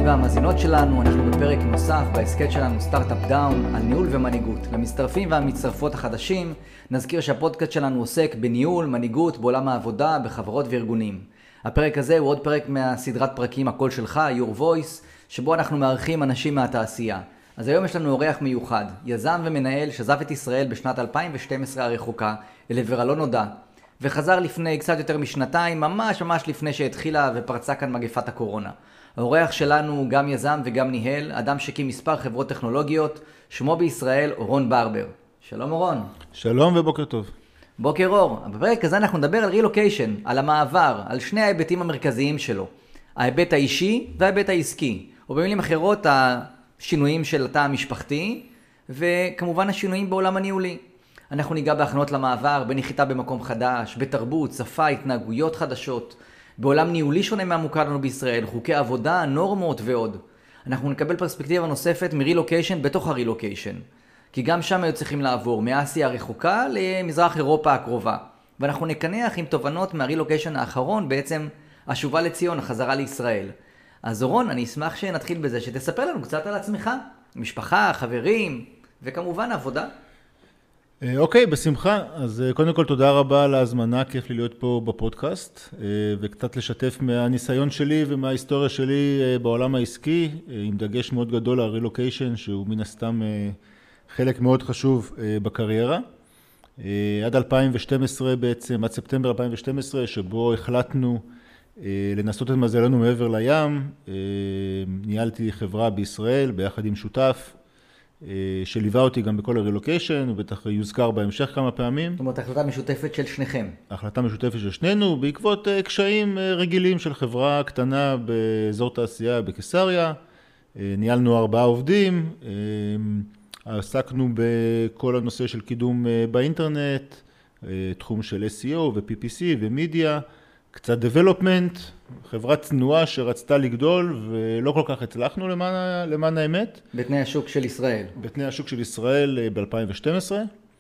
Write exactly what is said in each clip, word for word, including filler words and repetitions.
והמאזינות שלנו, אנחנו בפרק נוסף בהסקט שלנו סטארט-אפ דאון על ניהול ומנהיגות. למצטרפים והמצטרפות החדשים, נזכיר שהפודקאסט שלנו עוסק בניהול, מנהיגות, בעולם העבודה, בחברות וארגונים. הפרק הזה הוא עוד פרק מהסדרת פרקים הקול שלך, Your Voice, שבו אנחנו מארחים אנשים מהתעשייה. אז היום יש לנו אורח מיוחד, יזם ומנהל שעזב את ישראל בשנת אלפיים ושתים עשרה הרחוקה, אל עבר הלא נודע, וחזר לפני קצת יותר משנתיים, ממש ממש לפני שהתחילה ופרצה כאן מגפת הקורונה. האורח שלנו הוא גם יזם וגם ניהל, אדם שהקים מספר חברות טכנולוגיות, שמו בישראל אורון ברבר. שלום אורון. שלום ובוקר טוב. בוקר אור. בפרק הזה אנחנו נדבר על רילוקיישן, על המעבר, על שני ההיבטים המרכזיים שלו. ההיבט האישי וההיבט העסקי. או במילים אחרות, השינויים של התא המשפחתי, וכמובן השינויים בעולם הניהולי. אנחנו ניגע בהכנות למעבר, בנחיתה במקום חדש, בתרבות, שפה, התנהגויות חדשות, בעולם ניהולי שונה מהמוכר לנו בישראל, חוקי עבודה, נורמות ועוד. אנחנו נקבל פרספקטיבה נוספת מרילוקיישן בתוך הרילוקיישן. כי גם שם היו צריכים לעבור מאסיה הרחוקה למזרח אירופה הקרובה. ואנחנו נקנח עם תובנות מהרילוקיישן האחרון, בעצם השובה לציון, החזרה לישראל. אז אורון, אני אשמח שנתחיל בזה, שתספר לנו קצת על עצמך, משפחה, חברים, וכמובן עבודה. אוקיי, בשמחה. אז קודם כל תודה רבה על ההזמנה, כיף לי להיות פה בפודקאסט, וקצת לשתף מהניסיון שלי ומההיסטוריה שלי בעולם העסקי, עם דגש מאוד גדול על רילוקיישן, שהוא מן הסתם חלק מאוד חשוב בקריירה. עד אלפיים ושתים עשרה בעצם, עד ספטמבר אלפיים ושתים עשרה, שבו החלטנו לנסות את מזלנו מעבר לים, ניהלתי חברה בישראל ביחד עם שותף, שליווה אותי גם בכל הרילוקיישן, ובטח יוזכר בהמשך כמה פעמים. זאת אומרת, החלטה משותפת של שניכם. החלטה משותפת של שנינו, בעקבות קשיים רגילים של חברה קטנה באזור תעשייה בקיסריה. ניהלנו ארבעה עובדים, עסקנו בכל הנושא של קידום באינטרנט, תחום של אס אי או ו-פי פי סי ומדיה, קצת development, חברה צנועה שרצתה לגדול ולא כל כך הצלחנו למען, למען האמת. בתנאי השוק של ישראל. בתנאי השוק של ישראל ב-אלפיים ושתים עשרה.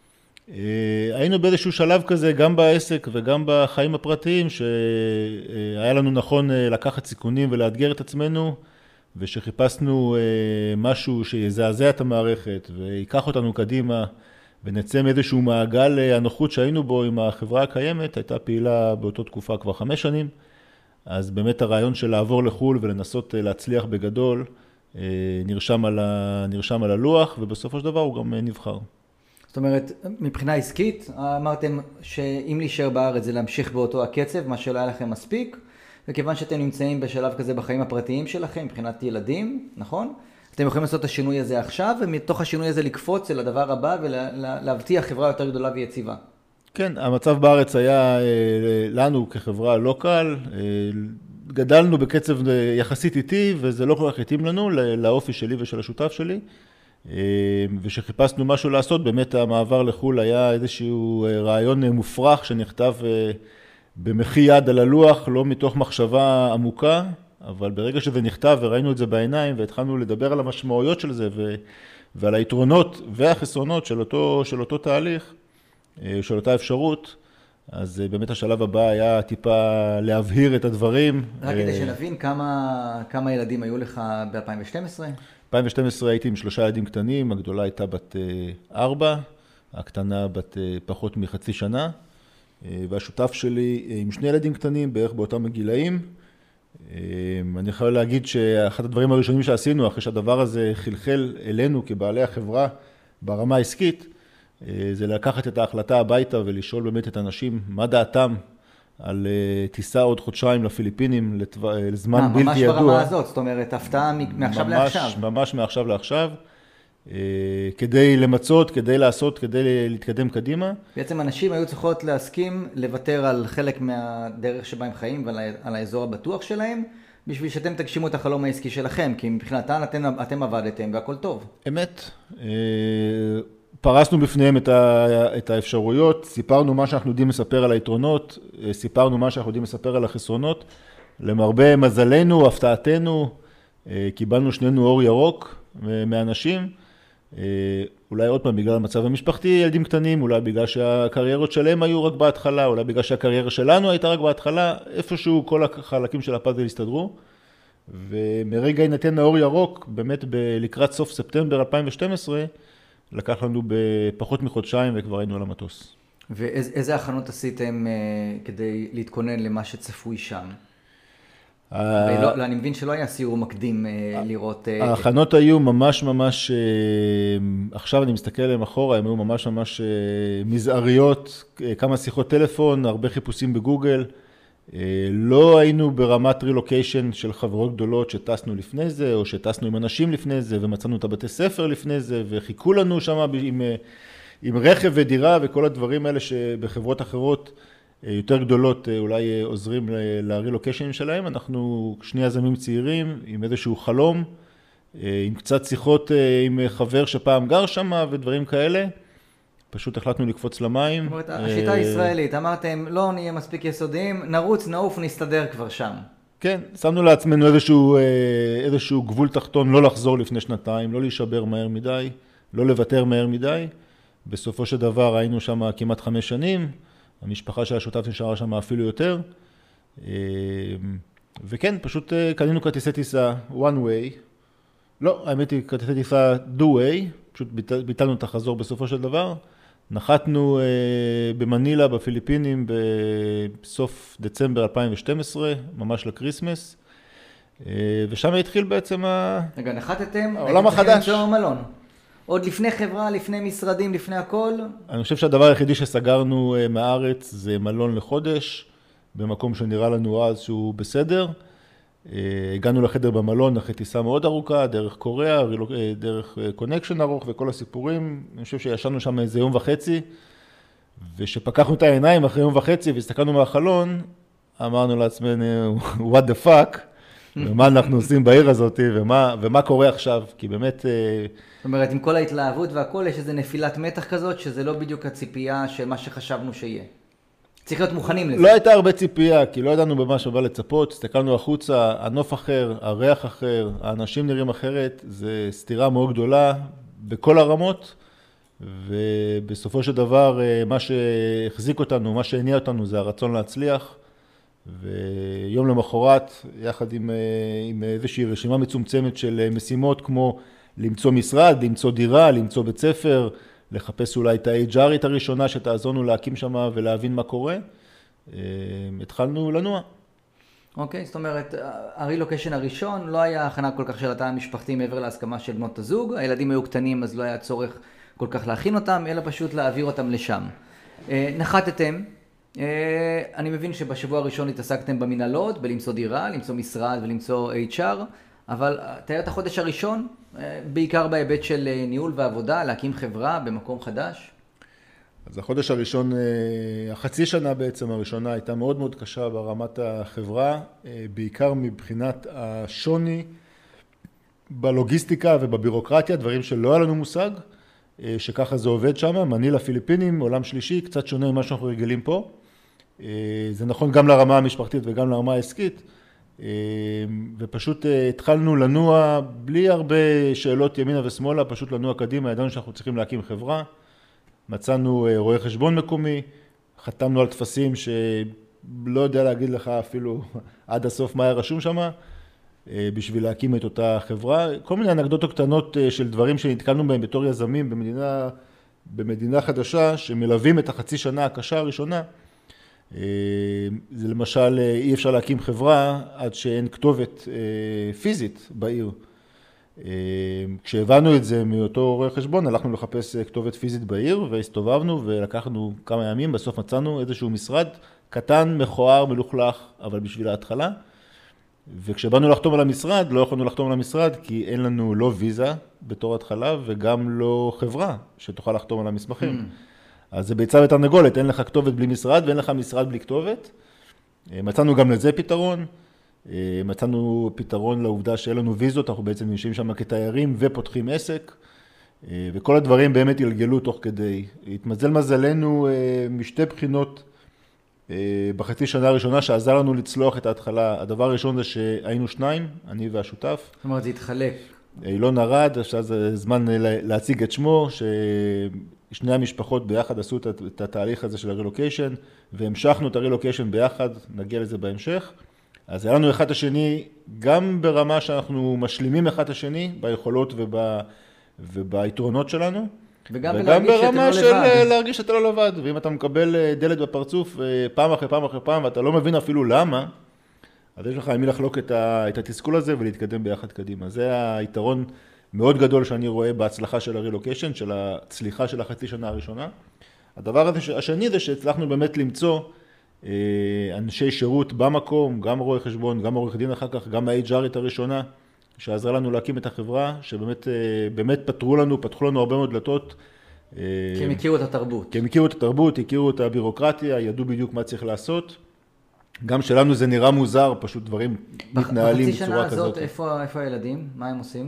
היינו באיזשהו שלב כזה גם בעסק וגם בחיים הפרטיים שהיה לנו נכון לקחת סיכונים ולאתגר את עצמנו, ושחיפשנו משהו שיזעזע את המערכת ויקח אותנו קדימה ונצא מאיזשהו מעגל הנוחות שהיינו בו עם החברה הקיימת. הייתה פעילה באותו תקופה כבר חמש שנים, אז באמת הרעיון של לעבור לחול ולנסות להצליח בגדול נרשם על, ה... נרשם על הלוח, ובסופו של דבר הוא גם נבחר. זאת אומרת, מבחינה עסקית, אמרתם שאם להישאר בארץ זה להמשיך באותו הקצב, מה שלא היה לכם מספיק, וכיוון שאתם נמצאים בשלב כזה בחיים הפרטיים שלכם, מבחינת ילדים, נכון? אתם יכולים לעשות את השינוי הזה עכשיו, ומתוך השינוי הזה לקפוץ אל הדבר הבא ולהבטיח חברה יותר גדולה ויציבה. כן, המצב בארץ היה לנו כחברה לא קל, גדלנו בקצב יחסית איטי, וזה לא כל כך התאים לנו לאופי שלי ושל השותף שלי, ושחיפשנו משהו לעשות. באמת המעבר לחול היה איזשהו רעיון מופרך שנכתב במחי יד על הלוח, לא מתוך מחשבה עמוקה, אבל ברגע שזה נכתב וראינו את זה בעיניים והתחלנו לדבר על המשמעויות של זה ו... ועל היתרונות והחסרונות של אותו, של אותו תהליך, של אותה אפשרות, אז באמת השלב הבא היה טיפה להבהיר את הדברים. רק כדי שנבין כמה, כמה ילדים היו לך ב-אלפיים ושתים עשרה? אלפיים ושתים עשרה הייתי עם שלושה ילדים קטנים, הגדולה הייתה בת ארבע, הקטנה בת פחות מחצי שנה, והשותף שלי עם שני ילדים קטנים בערך באותם הגילאים. אני יכול להגיד שאחד הדברים הראשונים שעשינו, אחרי שהדבר הזה חלחל אלינו כבעלי החברה ברמה העסקית, זה לקחת את ההחלטה הביתה ולשאול באמת את האנשים מה דעתם על טיסה עוד חודשיים לפיליפינים לזמן בלתי ידוע. ממש ברמה הזאת, זאת אומרת, הפתעה מעכשיו לעכשיו. ממש מעכשיו לעכשיו, כדי למצות, כדי לעשות, כדי להתקדם קדימה. בעצם אנשים היו צריכות להסכים לוותר על חלק מהדרך שבה הם חיים ועל האזור הבטוח שלהם, בשביל שאתם תגשימו את החלום העסקי שלכם, כי מבחינתן אתם, אתם עבדתם והכל טוב. אמת. פרסנו בפניהם את, ה, את האפשרויות, סיפרנו מה שאנחנו יודעים לספר על היתרונות, סיפרנו מה שאנחנו יודעים לספר על החסרונות. למרבה מזלנו, הפתעתנו, קיבלנו שנינו אור ירוק מאנשים. אולי עוד פעם בגלל המצב המשפחתי, ילדים קטנים, אולי בגלל שהקריירות שלהם היו רק בהתחלה, אולי בגלל שהקריירה שלנו הייתה רק בהתחלה, איפשהו כל החלקים של הפאזל הסתדרו. ומרגע יינתן האור ירוק, באמת ב- לקראת סוף ספטמבר אלפיים ושתים עשרה, לקח לנו בפחות מחודשיים וכבר היינו על המטוס. ואיזה הכנות עשיתם uh, כדי להתכונן למה שצפוי שם? ולא, לא, אני מבין שלא היה סיור מקדים uh, לראות... Uh, ההכנות היו ממש ממש, uh, עכשיו אני מסתכל עליהם אחורה, הם היו ממש ממש uh, מזעריות, uh, כמה שיחות טלפון, הרבה חיפושים בגוגל. Uh, לא היינו ברמת רילוקיישן של חברות גדולות שטסנו לפני זה, או שטסנו עם אנשים לפני זה, ומצאנו את הבתי ספר לפני זה, וחיכו לנו שם עם, עם רכב ודירה וכל הדברים האלה שבחברות אחרות יותר גדולות אולי עוזרים לרילוקיישנים שלהם. אנחנו שני יזמים צעירים עם איזשהו חלום, עם קצת שיחות עם חבר שפעם גר שם ודברים כאלה. פשוט החלטנו לקפוץ למים. זאת אומרת, השיטה הישראלית, אמרתם, לא נהיה מספיק יסודיים, נרוץ, נעוף, נסתדר כבר שם. כן, שמנו לעצמנו איזשהו, איזשהו גבול תחתון, לא לחזור לפני שנתיים, לא להישבר מהר מדי, לא לוותר מהר מדי. בסופו של דבר היינו שם כמעט חמש שנים, המשפחה של השותף נשארה שם אפילו יותר. וכן, פשוט קנינו כרטיסי טיסה one way. לא, האמת היא כרטיסי טיסה do way, פשוט ביטלנו את החזור בסופו של דבר. נחתנו במנילה בפיליפינים בסוף דצמבר אלפיים ושתים עשרה, ממש לקריסמס. ושם התחיל בעצם רגע, נחתתם? העולם החדש. מלון. עוד לפני חברה, לפני משרדים, לפני הכל? אני חושב שהדבר היחידי שסגרנו מהארץ זה מלון לחודש, במקום שנראה לנו אז שהוא בסדר. הגענו לחדר במלון אחרי טיסה מאוד ארוכה, דרך קוריאה, דרך קונקשן ארוך וכל הסיפורים. אני חושב שישנו שם איזה יום וחצי, ושפקחנו את העיניים אחרי יום וחצי והסתכלנו מהחלון, אמרנו לעצמנו, what the fuck, ומה אנחנו עושים בעיר הזאת, ומה, ומה קורה עכשיו, כי באמת... זאת אומרת, עם כל ההתלהבות והכל, יש איזו נפילת מתח כזאת, שזה לא בדיוק הציפייה של מה שחשבנו שיהיה. צריך להיות מוכנים לזה. לא הייתה הרבה ציפייה, כי לא ידענו במה שבא לצפות, הסתכלנו החוצה, הנוף אחר, הריח אחר, האנשים נראים אחרת, זה סתירה מאוד גדולה בכל הרמות, ובסופו של דבר מה שהחזיק אותנו, מה שהניע אותנו זה הרצון להצליח, ויום למחרת, יחד עם, עם איזושהי רשימה מצומצמת של משימות כמו למצוא משרד, למצוא דירה, למצוא בית ספר, לחפש אולי את ה-אייץ' אר'ית הראשונה שתעזרנו להקים שם ולהבין מה קורה. התחלנו לנוע. אוקיי, זאת אומרת, הרילוקיישן הראשון לא היה הכנה כל כך של התא המשפחתי מעבר להסכמה של בנות הזוג. הילדים היו קטנים אז לא היה צורך כל כך להכין אותם, אלא פשוט להעביר אותם לשם. נחתתם. אני מבין שבשבוע הראשון התעסקתם במנהלות, בלמצוא דירה, למצוא משרד ולמצוא אייץ' אר, אבל תאר את החודש הראשון, בעיקר בהיבט של ניהול ועבודה, להקים חברה במקום חדש. אז החודש הראשון, החצי שנה בעצם הראשונה הייתה מאוד מאוד קשה ברמת החברה, בעיקר מבחינת השוני בלוגיסטיקה ובבירוקרטיה, דברים שלא היה לנו מושג, שככה זה עובד שם, מנילה פיליפינים, עולם שלישי, קצת שונה ממה שאנחנו רגילים פה. זה נכון גם לרמה המשפחתית וגם לרמה העסקית, ופשוט התחלנו לנוע בלי הרבה שאלות ימינה ושמאלה, פשוט לנוע קדימה, ידענו שאנחנו צריכים להקים חברה, מצאנו רואה חשבון מקומי, חתמנו על תפסים שלא יודע להגיד לך אפילו עד הסוף מה היה רשום שם, בשביל להקים את אותה חברה. כל מיני אנקדוטות קטנות של דברים שנתקלנו בהם בתור יזמים במדינה, במדינה חדשה, שמלווים את החצי שנה הקשה הראשונה. זה למשל, אי אפשר להקים חברה עד שאין כתובת פיזית בעיר. כשהבנו את זה מאותו רואה חשבון, הלכנו לחפש כתובת פיזית בעיר, והסתובבנו ולקחנו כמה ימים, בסוף מצאנו איזשהו משרד קטן, מכוער, מלוכלך, אבל בשביל ההתחלה. וכשבאנו לחתום על המשרד, לא יכולנו לחתום על המשרד, כי אין לנו לא ויזה בתור התחלה, וגם לא חברה שתוכל לחתום על המסמכים. Mm. אז זה ביצה ותרנגולת, אין לך כתובת בלי משרד, ואין לך משרד בלי כתובת. מצאנו גם לזה פתרון. מצאנו פתרון לעובדה שאין לנו ויזות, אנחנו בעצם נשאים שם כתיירים ופותחים עסק. וכל הדברים באמת ילגלו תוך כדי. התמזל מזלנו משתי בחינות, בחצי שנה הראשונה שעזר לנו לצלוח את ההתחלה. הדבר הראשון זה שהיינו שניים, אני והשותף. זאת אומרת, זה התחלק. אילון ארד, עכשיו זה זמן להציג את שמו, ששני המשפחות ביחד עשו את התהליך הזה של הרילוקיישן, והמשכנו את הרילוקיישן ביחד, נגיע לזה בהמשך. אז היה לנו אחד השני, גם ברמה שאנחנו משלימים אחד השני, ביכולות וב, וביתרונות שלנו, וגם, וגם ברמה שאתם של לא לבד. להרגיש שאתה לא לבד. ואם אתה מקבל דלת בפרצוף פעם אחרי פעם אחרי פעם, ואתה לא מבין אפילו למה, אז יש לך עם מי לחלוק את, ה, את התסכול הזה ולהתקדם ביחד קדימה. זה היתרון מאוד גדול שאני רואה בהצלחה של הרילוקיישן, של הצליחה של החצי שנה הראשונה. הדבר הזה, השני זה שהצלחנו באמת למצוא אנשי שירות במקום, גם רואי חשבון, גם עורך דין אחר כך, גם ה-אייץ' אר'ית הראשונה, שעזרה לנו להקים את החברה, שבאמת באמת פתרו לנו, פתחו לנו הרבה מאוד דלתות. כי הם הכירו את התרבות. כי הם הכירו את התרבות, הכירו את הבירוקרטיה, ידעו בדיוק מה צריך לעשות. גם שלנו זה נראה מוזר, פשוט דברים מתנהלים בצורה כזאת. בחצי שנה הזאת, איפה, איפה הילדים? מה הם עושים?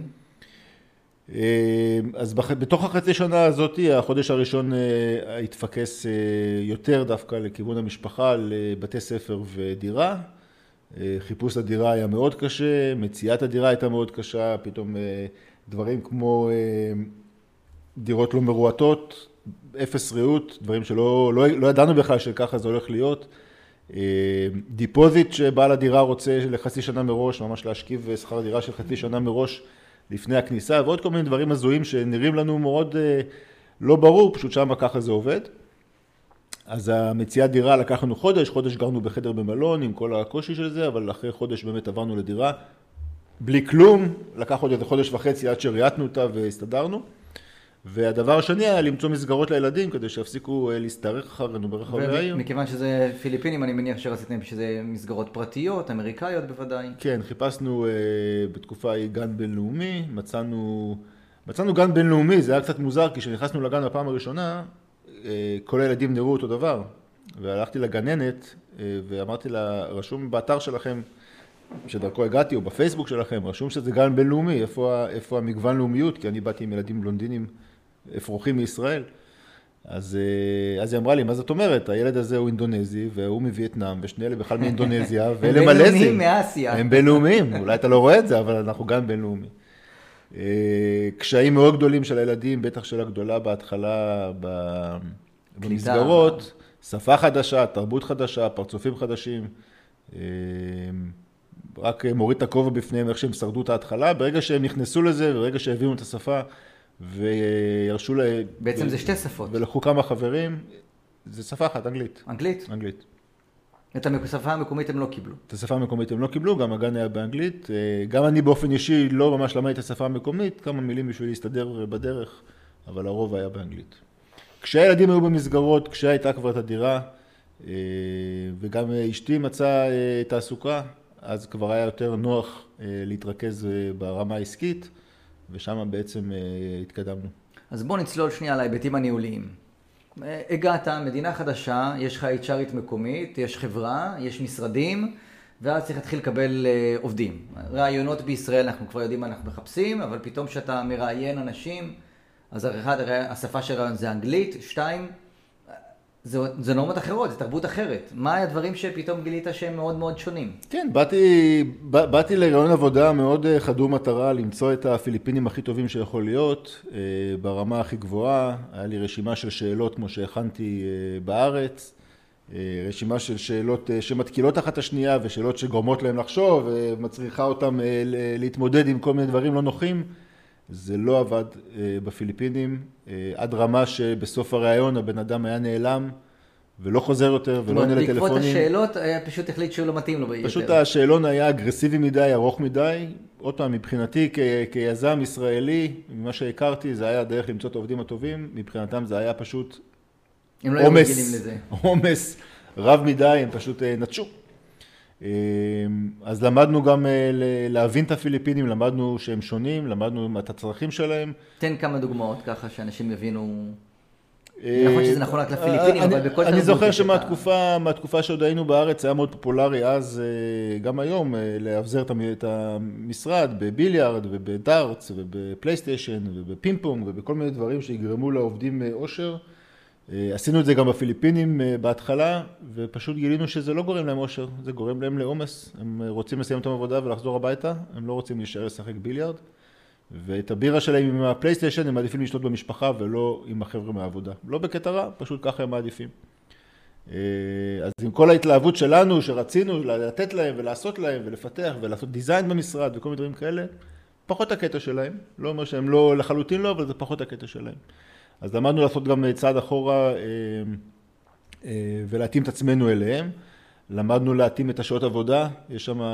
אז בתוך החצי שנה הזאת, החודש הראשון התפקס יותר דווקא לכיוון המשפחה, לבתי ספר ודירה. חיפוש הדירה היה מאוד קשה, מציאת הדירה הייתה מאוד קשה, פתאום דברים כמו דירות לא מרועטות, אפס ריהוט, דברים שלא לא, לא ידענו בכלל שככה זה הולך להיות. דיפוזיט שבעל הדירה רוצה לחצי שנה מראש, ממש להשכיב שכר דירה של חצי שנה מראש לפני הכניסה, ועוד כל מיני דברים הזויים שנראים לנו מאוד לא ברור, פשוט שם ככה זה עובד. אז המציאת דירה לקח לנו חודש, חודש גרנו בחדר במלון עם כל הקושי של זה, אבל אחרי חודש באמת עברנו לדירה בלי כלום, לקח עוד איזה חודש וחצי עד שראייתנו אותה והסתדרנו. והדבר השני היה למצוא מסגרות לילדים כדי שיפסיקו להסתרך אחרינו ברחבי העיר. ומכיוון שזה פיליפינים, אני מניח שרציתם שזה מסגרות פרטיות, אמריקאיות בוודאי. כן, חיפשנו בתקופה ההיא גן בינלאומי, מצאנו, מצאנו גן בינלאומי, זה היה קצת מוזר, כי כשנכנסנו לגן בפעם הראשונה, כל הילדים נראו אותו דבר. והלכתי לגננת ואמרתי לה, רשום באתר שלכם, שדרכו הגעתי, או בפייסבוק שלכם, רשום שזה גן בינלאומי, איפה, איפה המגוון לאומיות, כי אני באתי עם ילדים בלונדינים אפרוחים מישראל. אז, אז היא אמרה לי, מה זאת אומרת? הילד הזה הוא אינדונזי, והוא מווייטנאם, ושני אלה בכלל מאינדונזיה, ואלה מלזים. הם בינלאומיים מאסיה. הם בינלאומיים, אולי אתה לא רואה את זה, אבל אנחנו גן בינלאומי. קשיים מאוד גדולים של הילדים, בטח של הגדולה בהתחלה, במסגרות, שפה חדשה, תרבות חדשה, פרצופים חדשים. רק מוריד את הכובע בפניהם איך שהם שרדו את ההתחלה, ברגע שהם נכנסו לזה, ברגע שהבינו את השפה, וירשו לה... בעצם זה שתי שפות. ולקחו כמה חברים, זה שפה אחת, אנגלית. אנגלית? אנגלית. את השפה המקומית הם לא קיבלו. את השפה המקומית הם לא קיבלו, גם הגן היה באנגלית. גם אני באופן אישי לא ממש למד את השפה המקומית, כמה מילים בשביל להסתדר בדרך, אבל הרוב היה באנגלית. כשהילדים היו במסגרות, כשהייתה כבר את הדירה, וגם אשתי מצאה תעסוקה, אז כבר היה יותר נוח להתרכז ברמה העסקית, ושם בעצם התקדמנו. אז בוא נצלול שנייה על ההיבטים הניהוליים. הגעת, מדינה חדשה, יש לך אייץ' אר'ית מקומית, יש חברה, יש משרדים, ואז צריך להתחיל לקבל עובדים. רעיונות בישראל, אנחנו כבר יודעים מה אנחנו מחפשים, אבל פתאום שאתה מראיין אנשים, אז אחד, השפה של רעיון זה אנגלית, שתיים, זה, זה נורמות אחרות, זה תרבות אחרת. מה הדברים שפתאום גילית שהם מאוד מאוד שונים? כן, באתי, בא, באתי לרעיון עבודה מאוד חדור מטרה, למצוא את הפיליפינים הכי טובים שיכול להיות, ברמה הכי גבוהה. היה לי רשימה של שאלות כמו שהכנתי בארץ, רשימה של שאלות שמתקילות אחת השנייה, ושאלות שגורמות להם לחשוב, ומצריכה אותם להתמודד עם כל מיני דברים לא נוחים. זה לא עבד בפיליפינים, עד רמה שבסוף הרעיון הבן אדם היה נעלם, ולא חוזר יותר, ולא עונה לטלפונים. בעקבות השאלות, פשוט החליט שהוא לא מתאים לו ביותר. פשוט השאלון היה אגרסיבי מדי, ארוך מדי. עוד פעם, מבחינתי כיזם ישראלי, ממה שהכרתי, זה היה הדרך למצוא את העובדים הטובים. מבחינתם זה היה פשוט עומס רב מדי, הם פשוט נטשו. אז למדנו גם להבין את הפיליפינים, למדנו שהם שונים, למדנו את הצרכים שלהם. תן כמה דוגמאות ככה שאנשים יבינו. נכון שזה נכון רק לפיליפינים, אבל בכל תרבות. אני זוכר שמהתקופה, מהתקופה שעוד היינו בארץ היה מאוד פופולרי אז, גם היום, להבזר את המשרד בביליארד ובדארטס ובפלייסטיישן ובפינג פונג ובכל מיני דברים שיגרמו לעובדים אושר. עשינו את זה גם בפיליפינים בהתחלה, ופשוט גילינו שזה לא גורם להם אושר, זה גורם להם לעומס. הם רוצים לסיים את העבודה ולחזור הביתה, הם לא רוצים להישאר לשחק ביליארד. ואת הבירה שלהם עם הפלייסטיישן הם מעדיפים לשתות במשפחה ולא עם החבר'ה מהעבודה. לא בקטע רע, פשוט ככה הם מעדיפים. אז עם כל ההתלהבות שלנו, שרצינו לתת להם ולעשות להם ולפתח ולעשות דיזיין במשרד וכל מיני דברים כאלה, פחות הקטע שלהם. לא אומר שהם לא לחלוטין לא, אבל זה פחות הקטע שלהם. אז למדנו לעשות גם צעד אחורה ולהתאים את עצמנו אליהם. למדנו להתאים את השעות עבודה, יש שם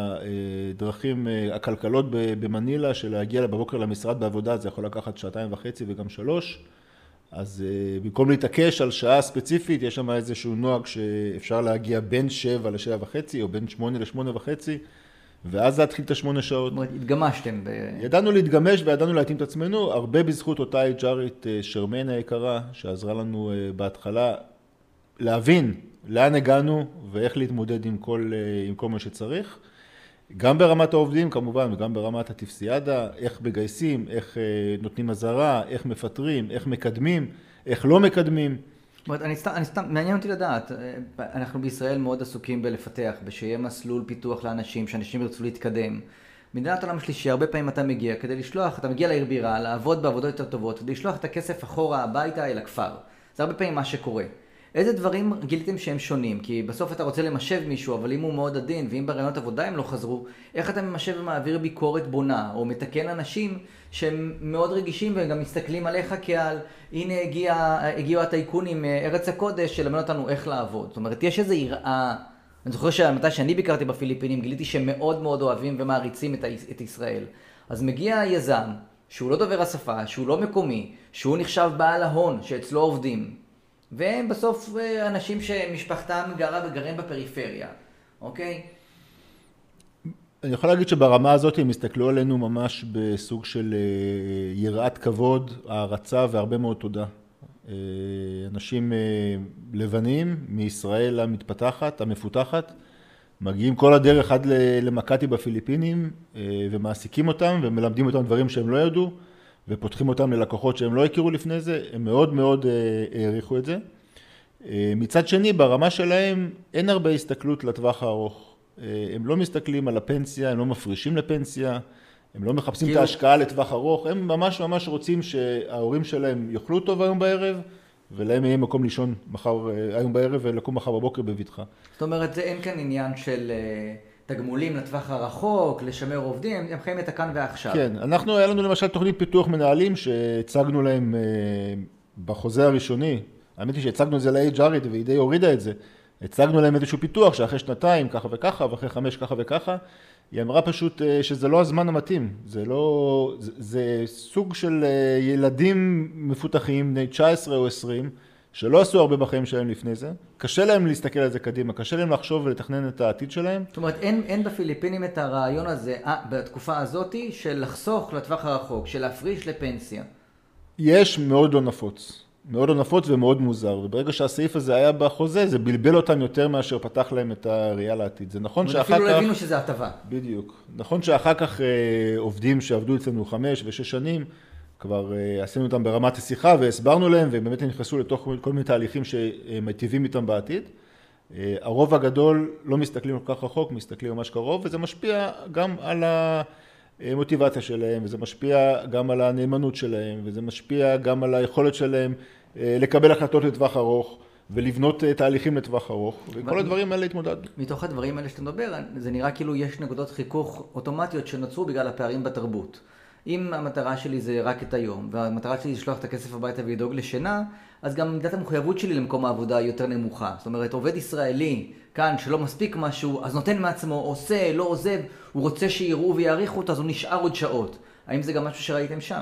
דרכים הכלכלות במנילה, שלהגיע בבוקר למשרד בעבודה זה יכול לקחת שעתיים וחצי וגם שלוש. אז במקום להתעקש על שעה ספציפית, יש שם איזשהו נוהג שאפשר להגיע בין שבע לשבע וחצי, או בין שמונה לשמונה וחצי, ואז להתחיל את השמונה שעות. זאת אומרת, התגמשתם. ב... ידענו להתגמש וידענו להתאים את עצמנו, הרבה בזכות אותה אייץ' ארית שרמן היקרה, שעזרה לנו בהתחלה להבין לאן הגענו ואיך להתמודד עם כל, עם כל מה שצריך. גם ברמת העובדים כמובן, וגם ברמת הטפסיאדה, איך מגייסים, איך נותנים עזרה, איך מפטרים, איך מקדמים, איך לא מקדמים. זאת אומרת, אני סתם, אני סתם, מעניין אותי לדעת, אנחנו בישראל מאוד עסוקים בלפתח, בשיהיה מסלול פיתוח לאנשים, שאנשים ירצו להתקדם. מדינת עולם שלישי, הרבה פעמים אתה מגיע כדי לשלוח, אתה מגיע לעיר בירה, לעבוד בעבודות יותר טובות, כדי לשלוח את הכסף אחורה הביתה אל הכפר. זה הרבה פעמים מה שקורה. איזה דברים גיליתם שהם שונים? כי בסוף אתה רוצה למשב מישהו, אבל אם הוא מאוד עדין, ואם ברעיונות עבודה הם לא חזרו, איך אתה ממשב ומעביר ביקורת בונה, או מתקן אנשים שהם מאוד רגישים והם גם מסתכלים עליך כעל, הנה הגיע, הגיעו הטייקונים מארץ הקודש שלמד אותנו איך לעבוד. זאת אומרת, יש איזו יראה, אני זוכר שמתי שאני ביקרתי בפיליפינים, גיליתי שהם מאוד מאוד אוהבים ומעריצים את, את ישראל. אז מגיע יזם, שהוא לא דובר השפה, שהוא לא מקומי, שהוא נחשב בעל ההון, שאצלו עובדים. והם בסוף אנשים שמשפחתם גרה וגרים בפריפריה, אוקיי? אני יכול להגיד שברמה הזאת הם הסתכלו עלינו ממש בסוג של יראת כבוד, הערצה והרבה מאוד תודה. אנשים לבנים מישראל המתפתחת, המפותחת, מגיעים כל הדרך עד למקאטי בפיליפינים ומעסיקים אותם ומלמדים אותם דברים שהם לא ידעו. ופותחים אותם ללקוחות שהם לא הכירו לפני זה, הם מאוד מאוד העריכו את זה. מצד שני, ברמה שלהם אין הרבה הסתכלות לטווח הארוך. הם לא מסתכלים על הפנסיה, הם לא מפרישים לפנסיה, הם לא מחפשים כאילו... את ההשקעה לטווח ארוך, הם ממש ממש רוצים שההורים שלהם יאכלו טוב היום בערב, ולהם יהיה מקום לישון מחר, היום בערב ולקום מחר בבוקר בביתך. זאת אומרת, זה אין כאן עניין של... תגמולים לטווח הרחוק, לשמר עובדים, הם חיים את הכאן ועכשיו. כן, אנחנו, היה לנו למשל תוכנית פיתוח מנהלים שהצגנו להם בחוזה הראשוני, האמת היא שהצגנו את זה ל-אייץ' ארית והיא די הורידה את זה, הצגנו להם איזשהו פיתוח שאחרי שנתיים ככה וככה ואחרי חמש ככה וככה, היא אמרה פשוט שזה לא הזמן המתאים, זה לא, זה, זה סוג של ילדים מפותחים, בני תשע עשרה או עשרים, שלא עשו הרבה בחיים שלהם לפני זה, קשה להם להסתכל על זה קדימה, קשה להם לחשוב ולתכנן את העתיד שלהם. זאת אומרת, אין, אין בפיליפינים את הרעיון הזה, אה, בתקופה הזאת, של לחסוך לטווח הרחוק, של להפריש לפנסיה. יש מאוד לא נפוץ, מאוד לא נפוץ ומאוד מוזר, וברגע שהסעיף הזה היה בחוזה, זה בלבל אותם יותר מאשר פתח להם את הראייה לעתיד. זה נכון שאחר כך... אפילו לא הבינו שזה הטבה. בדיוק. נכון שאחר כך אה, עובדים שעבדו אצלנו חמש ושש שנים, כבר עשינו אותם ברמת השיחה והסברנו להם, והם באמת נכנסו לתוך כל מיני תהליכים שמטיבים איתם בעתיד. הרוב הגדול לא מסתכלים כל כך רחוק, מסתכלים ממש קרוב, וזה משפיע גם על המוטיבציה שלהם, וזה משפיע גם על הנאמנות שלהם, וזה משפיע גם על היכולת שלהם לקבל החלטות לטווח ארוך, ולבנות תהליכים לטווח ארוך, וכל הדברים האלה התמודדנו. מתוך הדברים האלה שאתה מדבר, זה נראה כאילו יש נקודות חיכוך אוטומטיות שנוצרו בגלל הפערים בתרבות. אם המטרה שלי זה רק את היום, והמטרה שלי זה לשלוח את הכסף הביתה ולדאוג לשינה, אז גם מידת המחויבות שלי למקום העבודה היא יותר נמוכה. זאת אומרת, עובד ישראלי כאן שלא מספיק משהו, אז נותן מעצמו, עושה, לא עוזב, הוא רוצה שיראו ויעריכו אותו, אז הוא נשאר עוד שעות. האם זה גם משהו שראיתם שם?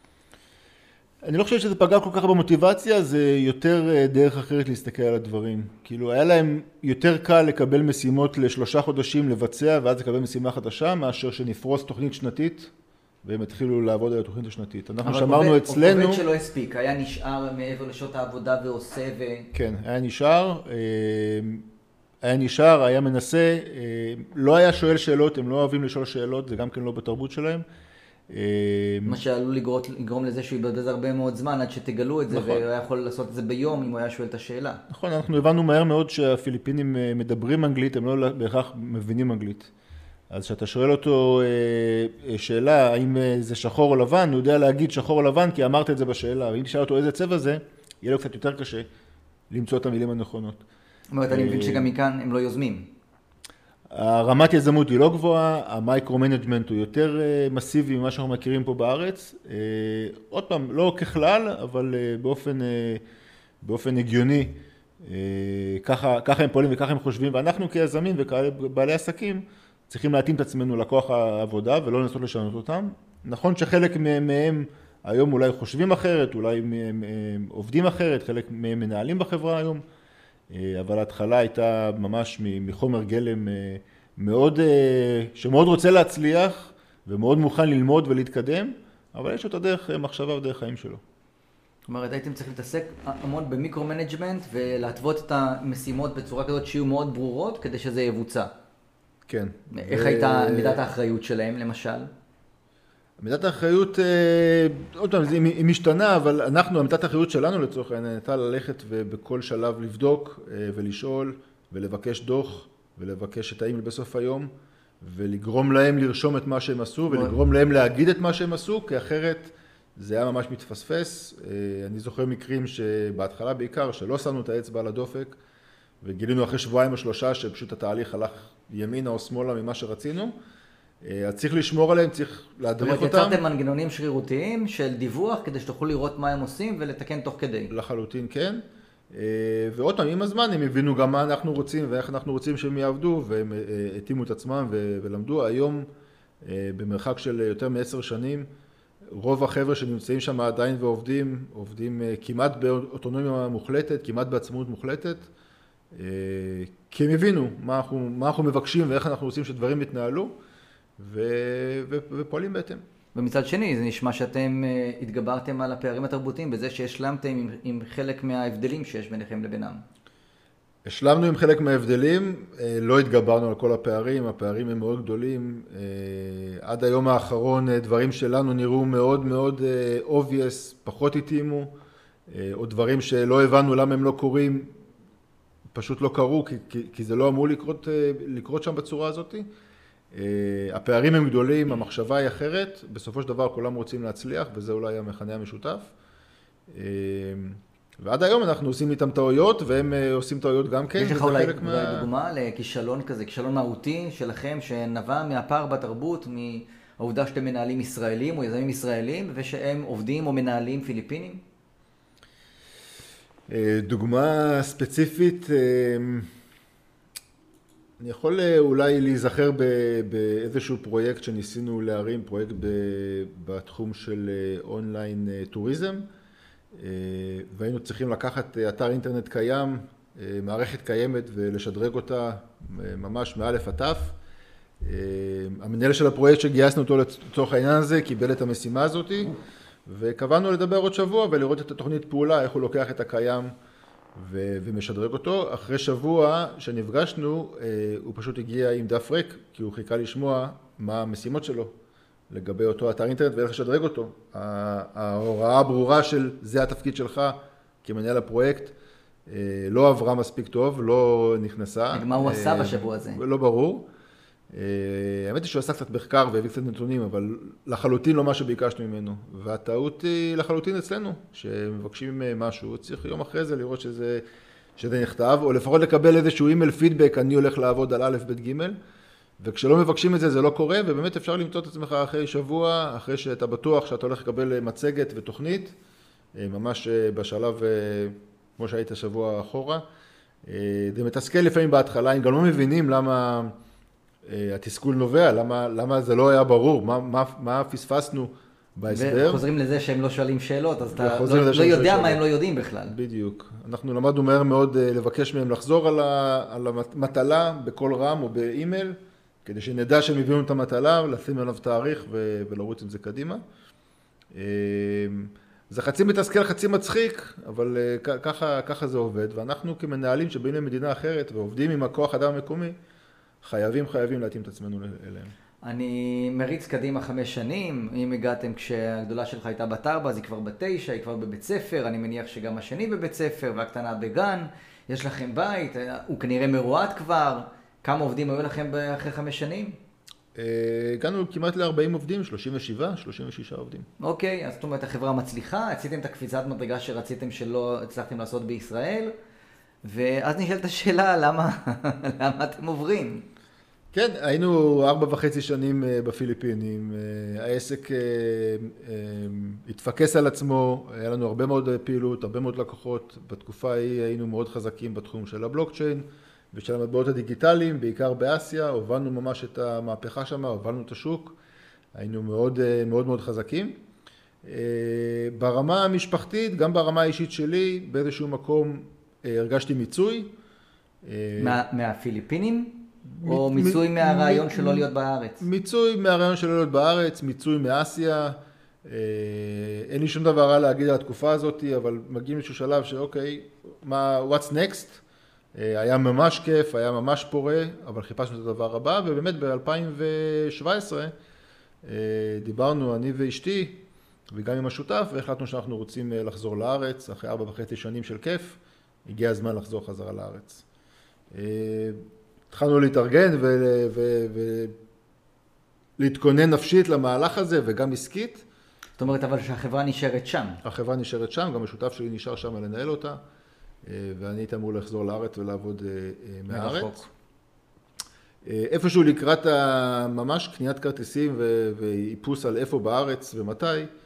אני לא חושב שזה פגע כל כך במוטיבציה, זה יותר דרך אחרת להסתכל על הדברים. כאילו, היה להם יותר קל לקבל משימות לשלושה חודשים לבצע, ואז לקבל משימה חדשה, מאשר שנפרוס תוכנית שנתית, והם התחילו לעבוד על התוכנית השנתית. אנחנו שמרנו אצלנו... עובד שלא הספיק, היה נשאר מעבר לשעות העבודה ועושה ו... כן, היה נשאר, היה נשאר, היה מנסה, לא היה שואל שאלות, הם לא אוהבים לשאול שאלות, זה גם כן לא בתרבות שלהם. מה שעלול לגרום לזה שהוא יבזבז הרבה מאוד זמן עד שתגלו את זה, והוא היה יכול לעשות את זה ביום אם הוא היה שואל את השאלה. נכון, אנחנו הבנו מהר מאוד שהפיליפינים מדברים אנגלית, הם לא בהכרח מבינים אנגלית. אז כשאתה שואל אותו שאלה, האם זה שחור או לבן, הוא יודע להגיד שחור או לבן, כי אמרת את זה בשאלה. ואם תשאל אותו איזה צבע זה, יהיה לו קצת יותר קשה למצוא את המילים הנכונות. זאת אומרת, אני מבין שגם מכאן הם לא יוזמים. הרמת יזמות היא לא גבוהה, המייקרו-מנג'מנט הוא יותר מסיבי ממה שאנחנו מכירים פה בארץ. עוד פעם, לא ככלל, אבל באופן, באופן הגיוני, ככה, ככה הם פועלים וככה הם חושבים, ואנחנו כיזמים וכבעלי עסקים צריכים להתאים את עצמנו לכוח העבודה ולא לנסות לשנות אותם. נכון שחלק מהם היום אולי חושבים אחרת, אולי הם עובדים אחרת, חלק מהם מנהלים בחברה היום, אבל ההתחלה הייתה ממש מחומר גלם מאוד, שמאוד רוצה להצליח ומאוד מוכן ללמוד ולהתקדם, אבל יש אותה דרך מחשבה ודרך חיים שלו. זאת אומרת, הייתם צריכים להתעסק המון במיקרו-מנג'מנט ולהתוות את המשימות בצורה כזאת שיהיו מאוד ברורות כדי שזה יבוצע. כן. איך הייתה מידת האחריות שלהם, למשל? מידת האחריות, עוד פעם, היא משתנה, אבל אנחנו, מידת האחריות שלנו לצורך העניין, הייתה ללכת ובכל שלב לבדוק ולשאול ולבקש דוח ולבקש את האימייל בסוף היום ולגרום להם לרשום את מה שהם עשו ולגרום להם להגיד את מה שהם עשו, כי אחרת זה היה ממש מתפספס. אני זוכר מקרים שבהתחלה בעיקר, שלא שמנו את האצבע על הדופק וגילינו אחרי שבועיים או שלושה שפשוט התהליך הלך ימינה או שמאלה ממה שרצינו. אז צריך לשמור עליהם, צריך להדריך אותם. זאת אומרת, יצרתם מנגנונים שרירותיים של דיווח כדי שתוכלו לראות מה הם עושים ולתקן תוך כדי. לחלוטין כן. ועוד פעם, עם הזמן הם הבינו גם מה אנחנו רוצים ואיך אנחנו רוצים שהם יעבדו, והם התאימו את עצמם ולמדו. היום, במרחק של יותר מעשר שנים, רוב החבר'ה שנמצאים שם עדיין ועובדים, עובדים כמעט באוטונומיה מוחלטת, כמעט בעצמאות מוחלטת, כי הם הבינו מה אנחנו, מה אנחנו מבקשים ואיך אנחנו רוצים שדברים יתנהלו, ו... ו... ופועלים בהתאם. ומצד שני, זה נשמע שאתם התגברתם על הפערים התרבותיים בזה שהשלמתם עם, עם חלק מההבדלים שיש ביניכם לבינם. השלמנו עם חלק מההבדלים, לא התגברנו על כל הפערים, הפערים הם מאוד גדולים. עד היום האחרון דברים שלנו נראו מאוד מאוד obvious, פחות התאימו, או דברים שלא הבנו למה הם לא קורים, פשוט לא קרו, כי, כי, כי זה לא אמור לקרות, לקרות שם בצורה הזאת. הפערים הם גדולים, המחשבה היא אחרת, בסופו של דבר כולם רוצים להצליח, וזה אולי המכנה המשותף. ועד היום אנחנו עושים איתם טעויות, והם עושים טעויות גם כן. יש לך אולי, אולי מה... דוגמה לכישלון כזה, כישלון מהותי שלכם, שנבע מהפער בתרבות, מהעובדה שאתם מנהלים ישראלים או יזמים ישראלים, ושהם עובדים או מנהלים פיליפינים? דוגמה ספציפית, אני יכול אולי להיזכר באיזשהו פרויקט שניסינו להרים, פרויקט בתחום של אונליין טוריזם, והיינו צריכים לקחת אתר אינטרנט קיים, מערכת קיימת ולשדרג אותה ממש מאלף עד תף. המנהל של הפרויקט שגייסנו אותו לצורך העניין הזה קיבל את המשימה הזאת, וקבענו לדבר עוד שבוע ולראות את התוכנית פעולה, איך הוא לוקח את הקיים ומשדרג אותו. אחרי שבוע שנפגשנו, הוא פשוט הגיע עם דף ריק, כי הוא חיכה לשמוע מה המשימות שלו לגבי אותו אתר אינטרנט ואיך לשדרג אותו. ההוראה הברורה של זה התפקיד שלך כמנהל הפרויקט לא עברה מספיק טוב, לא נכנסה. מה הוא עשה בשבוע הזה? לא ברור. האמת היא שהוא עשה קצת מחקר והביא קצת נתונים, אבל לחלוטין לא מה שביקשנו ממנו. והטעות היא לחלוטין אצלנו, שמבקשים משהו, צריך יום אחרי זה לראות שזה, שזה נכתב, או לפחות לקבל איזשהו אימייל פידבק, אני הולך לעבוד על א' ב' ג', וכשלא מבקשים את זה, זה לא קורה, ובאמת אפשר למצוא את עצמך אחרי שבוע, אחרי שאתה בטוח שאתה הולך לקבל מצגת ותוכנית, ממש בשלב, כמו שהיית שבוע אחורה. זה מתסכל לפעמים בהתחלה, הם גם לא מבינים למה התסכול נובע, למה, למה זה לא היה ברור, מה, מה, מה פספסנו בהסבר. וחוזרים לזה שהם לא שואלים שאלות, אז אתה לא, לא יודע מה הם לא יודעים בכלל. בדיוק. אנחנו למדנו מהר מאוד לבקש מהם לחזור על, ה, על המטלה בכל רם או באימייל, כדי שנדע שהם הביאו את המטלה, לשים עליו תאריך ו, ולרוץ עם זה קדימה. זה חצי מתסכל, חצי מצחיק, אבל ככה, ככה זה עובד, ואנחנו כמנהלים שבאים למדינה אחרת ועובדים עם הכוח אדם המקומי, חייבים, חייבים להתאים את עצמנו אליהם. אני מריץ קדימה חמש שנים, אם הגעתם כשהגדולה שלך הייתה בת ארבע, אז היא כבר בתשע, היא כבר בבית ספר, אני מניח שגם השני בבית ספר, והקטנה בגן, יש לכם בית, הוא כנראה מרועד כבר, כמה עובדים היו לכם אחרי חמש שנים? הגענו כמעט ל-ארבעים עובדים, שלושים ושבע, שלושים ושישה עובדים. אוקיי, אז זאת אומרת, החברה מצליחה, עשיתם את הקפיצת מדרגה שרציתם שלא הצלחתם לעשות בישראל, ואז נשאלת השאלה, למה, למה אתם עוברים? כן, היינו ארבע וחצי שנים בפיליפינים, העסק התפקס על עצמו, היה לנו הרבה מאוד פעילות, הרבה מאוד לקוחות, בתקופה ההיא היינו מאוד חזקים בתחום של הבלוקצ'יין ושל המטבעות הדיגיטליים, בעיקר באסיה, הובלנו ממש את המהפכה שם, הובלנו את השוק, היינו מאוד מאוד, מאוד חזקים. ברמה המשפחתית, גם ברמה האישית שלי, באיזשהו מקום הרגשתי מיצוי. מה, מהפיליפינים? או מיצוי מהרעיון שלא להיות בארץ? מיצוי מהרעיון שלא להיות בארץ, מיצוי מאסיה. אין לי שום דבר רע להגיד על התקופה הזאת, אבל מגיעים לאיזשהו שלב שאוקיי, מה, what's next? היה ממש כיף, היה ממש פורה, אבל חיפשנו את הדבר הבא, ובאמת ב-אלפיים שבע עשרה דיברנו, אני ואשתי, וגם עם השותף, והחלטנו שאנחנו רוצים לחזור לארץ, אחרי ארבע וחצי שנים של כיף, הגיע הזמן לחזור חזרה לארץ. התחלנו להתארגן ולהתכונן נפשית למהלך הזה, וגם עסקית. זאת אומרת, אבל שהחברה נשארת שם. החברה נשארת שם, גם השותף שלי נשאר שם לנהל אותה, ואני הייתי אמור לחזור לארץ ולעבוד מהארץ. איפשהו לקראת ממש קניית כרטיסים ואיפוס על איפה בארץ ומתי,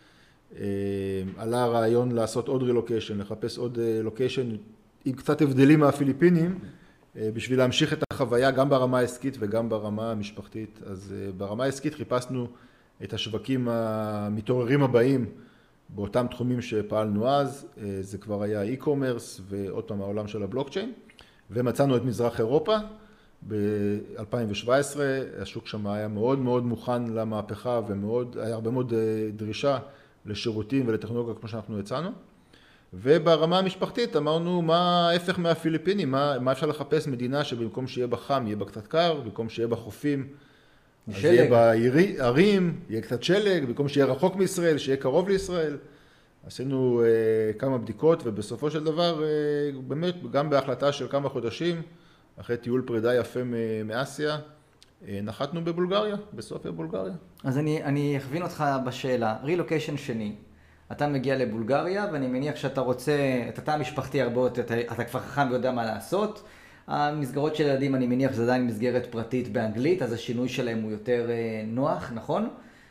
עלה הרעיון לעשות עוד רילוקיישן, לחפש עוד לוקיישן עם קצת הבדלים מהפיליפינים, בשביל להמשיך את החוויה גם ברמה העסקית וגם ברמה המשפחתית. אז ברמה העסקית חיפשנו את השווקים המתעוררים הבאים באותם תחומים שפעלנו אז, זה כבר היה אי-קומרס ועוד פעם העולם של הבלוקצ'יין, ומצאנו את מזרח אירופה. ב-אלפיים שבע עשרה השוק שם היה מאוד מאוד מוכן למהפכה ומאוד, היה הרבה מאוד דרישה לשירותים ולטכנולוגיה כמו שאנחנו הצענו. וברמה המשפחתית אמרנו מה ההפך מהפיליפינים, מה, מה אפשר לחפש מדינה שבמקום שיהיה בה חם יהיה בה קצת קר, במקום שיהיה בה חופים אז יהיה בה ערים, יהיה קצת שלג, במקום שיהיה רחוק מישראל, שיהיה קרוב לישראל. עשינו uh, כמה בדיקות ובסופו של דבר uh, באמת גם בהחלטה של כמה חודשים, אחרי טיול פרידה יפה מאסיה, נחתנו בבולגריה, בסופיה בולגריה. אז אני, אני אכווין אותך בשאלה, רילוקיישן שני. אתה מגיע לבולגריה ואני מניח שאתה רוצה, את התא המשפחתי הרבה יותר, אתה, אתה כבר חכם ויודע מה לעשות. המסגרות של ילדים אני מניח שזה עדיין מסגרת פרטית באנגלית, אז השינוי שלהם הוא יותר נוח, נכון?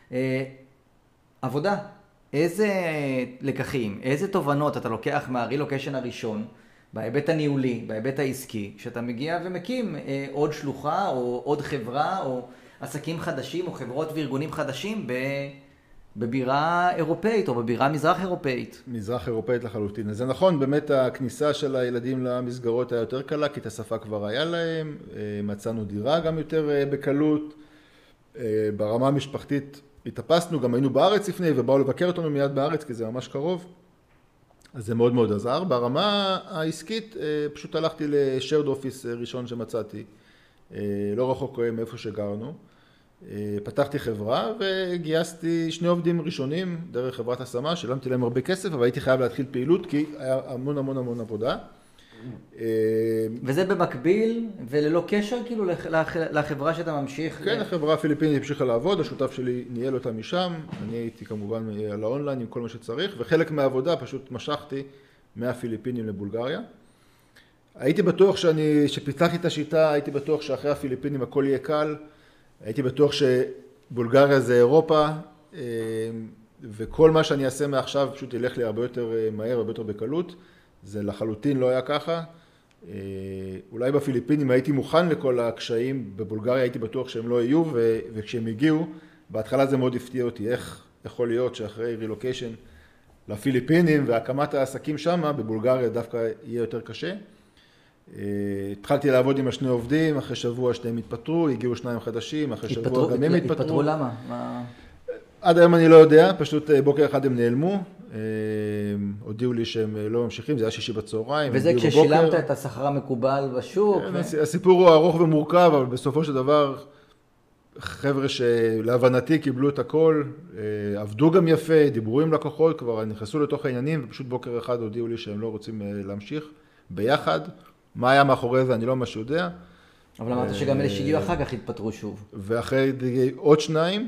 עבודה, איזה לקחים, איזה תובנות אתה לוקח מהרילוקיישן הראשון, בהיבט הניהולי, בהיבט העסקי, שאתה מגיע ומקים אה, עוד שלוחה או עוד חברה או עסקים חדשים או חברות וארגונים חדשים ב, בבירה אירופאית או בבירה מזרח אירופאית. מזרח אירופאית לחלוטין. אז זה נכון, באמת הכניסה של הילדים למסגרות היה יותר קלה, כי את השפה כבר היה להם, מצאנו דירה גם יותר בקלות, ברמה המשפחתית התאפסנו, גם היינו בארץ לפני ובאו לבקר אותנו מיד בארץ כי זה ממש קרוב. אז זה מאוד מאוד עזר. ברמה העסקית פשוט הלכתי לשרד אופיס ראשון שמצאתי, לא רחוק מאיפה שגרנו. פתחתי חברה וגייסתי שני עובדים ראשונים דרך חברת השמה, שילמתי להם הרבה כסף, אבל הייתי חייב להתחיל פעילות כי היה המון המון המון עבודה. וזה במקביל וללא קשר כאילו לחברה שאתה ממשיך? כן, החברה הפיליפינית המשיכה לעבוד, השותף שלי ניהל אותה משם, אני הייתי כמובן על האונליין עם כל מה שצריך, וחלק מהעבודה פשוט משכתי מהפיליפינים לבולגריה. הייתי בטוח שאני, שפיתחתי את השיטה, הייתי בטוח שאחרי הפיליפינים הכל יהיה קל, הייתי בטוח שבולגריה זה אירופה, וכל מה שאני אעשה מעכשיו פשוט ילך לי הרבה יותר מהר, הרבה יותר בקלות. זה לחלוטין לא היה ככה. אולי בפיליפינים הייתי מוכן לכל הקשיים, בבולגריה הייתי בטוח שהם לא יהיו, וכשהם הגיעו, בהתחלה זה מאוד הפתיע אותי, איך יכול להיות שאחרי רילוקיישן לפיליפינים והקמת העסקים שם, בבולגריה דווקא יהיה יותר קשה. התחלתי לעבוד עם השני עובדים, אחרי שבוע שניהם התפטרו, הגיעו שניים חדשים, אחרי שבוע גם הם התפטרו. התפטרו למה? מה... עד היום אני לא יודע, פשוט בוקר אחד הם נעלמו, הודיעו לי שהם לא ממשיכים, זה היה שישי בצהריים. וזה כששילמת את השכר המקובל בשוק? הסיפור הוא ארוך ומורכב, אבל בסופו של דבר, חבר'ה שלהבנתי קיבלו את הכל, עבדו גם יפה, דיברו עם לקוחות, כבר נכנסו לתוך העניינים, ופשוט בוקר אחד הודיעו לי שהם לא רוצים להמשיך ביחד. מה היה מאחורי זה אני לא ממש יודע. אבל אמרת שגם אלה שהגיעו אחר כך התפטרו שוב. ואחרי עוד שניים,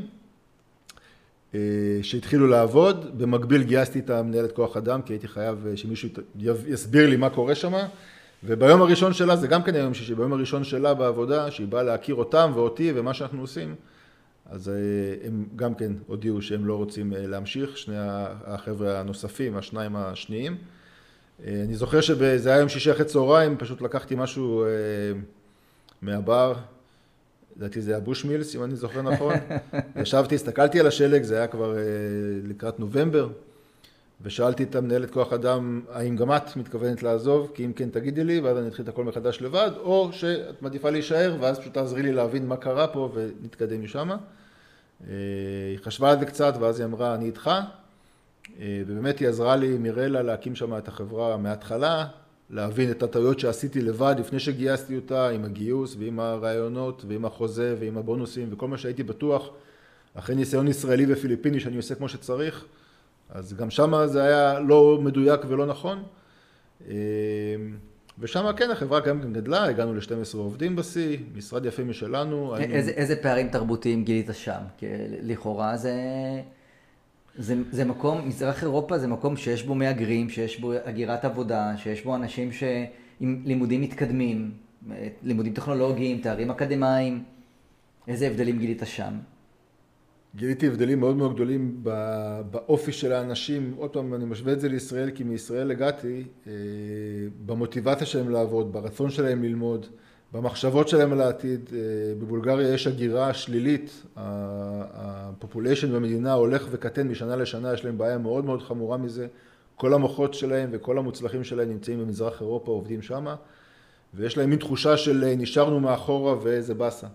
שהתחילו לעבוד, במקביל גייסתי את המנהלת כוח אדם, כי הייתי חייב שמישהו יסביר לי מה קורה שם, וביום הראשון שלה, זה גם כן היום שישי, ביום הראשון שלה בעבודה, שהיא באה להכיר אותם ואותי ומה שאנחנו עושים, אז הם גם כן הודיעו שהם לא רוצים להמשיך, שני החבר'ה הנוספים, השניים השניים. אני זוכר שזה היה יום שישי אחרי צהריים, פשוט לקחתי משהו מהבר, לדעתי זה היה בושמילס, אם אני זוכר נכון. ישבתי, הסתכלתי על השלג, זה היה כבר לקראת נובמבר, ושאלתי את המנהלת כוח אדם, האם גם את מתכוונת לעזוב, כי אם כן תגידי לי, ואז אני אתחיל את הכל מחדש לבד, או שאת מעדיפה להישאר, ואז פשוט תעזרי לי להבין מה קרה פה ונתקדם משם. היא חשבה על זה קצת, ואז היא אמרה, אני איתך, ובאמת היא עזרה לי מירלה להקים שם את החברה מההתחלה, להבין את הטעויות שעשיתי לבד לפני שגייסתי אותה, עם הגיוס ועם הרעיונות ועם החוזה ועם הבונוסים וכל מה שהייתי בטוח, אחרי ניסיון ישראלי ופיליפיני שאני עושה כמו שצריך, אז גם שם זה היה לא מדויק ולא נכון. ושם כן, החברה גם גדלה, הגענו ל-שנים עשר עובדים בשיא, משרד יפה משלנו. איזה, איזה פערים תרבותיים גילית שם? כי לכאורה זה, זה, זה מקום, מזרח אירופה זה מקום שיש בו מהגרים, שיש בו הגירת עבודה, שיש בו אנשים עם לימודים מתקדמים, לימודים טכנולוגיים, תארים אקדמיים. איזה הבדלים גילית שם? גיליתי הבדלים מאוד מאוד גדולים באופי של האנשים. עוד פעם, אני משווה את זה לישראל, כי מישראל הגעתי, במוטיבציה שלהם לעבוד, ברצון שלהם ללמוד, במחשבות שלהם על העתיד. בבולגריה יש הגירה שלילית, הפופוליישן במדינה הולך וקטן משנה לשנה, יש להם בעיה מאוד מאוד חמורה מזה. כל המוחות שלהם וכל המוצלחים שלהם נמצאים במזרח אירופה, עובדים שם, ויש להם מין תחושה של נשארנו מאחורה ואיזה בסה.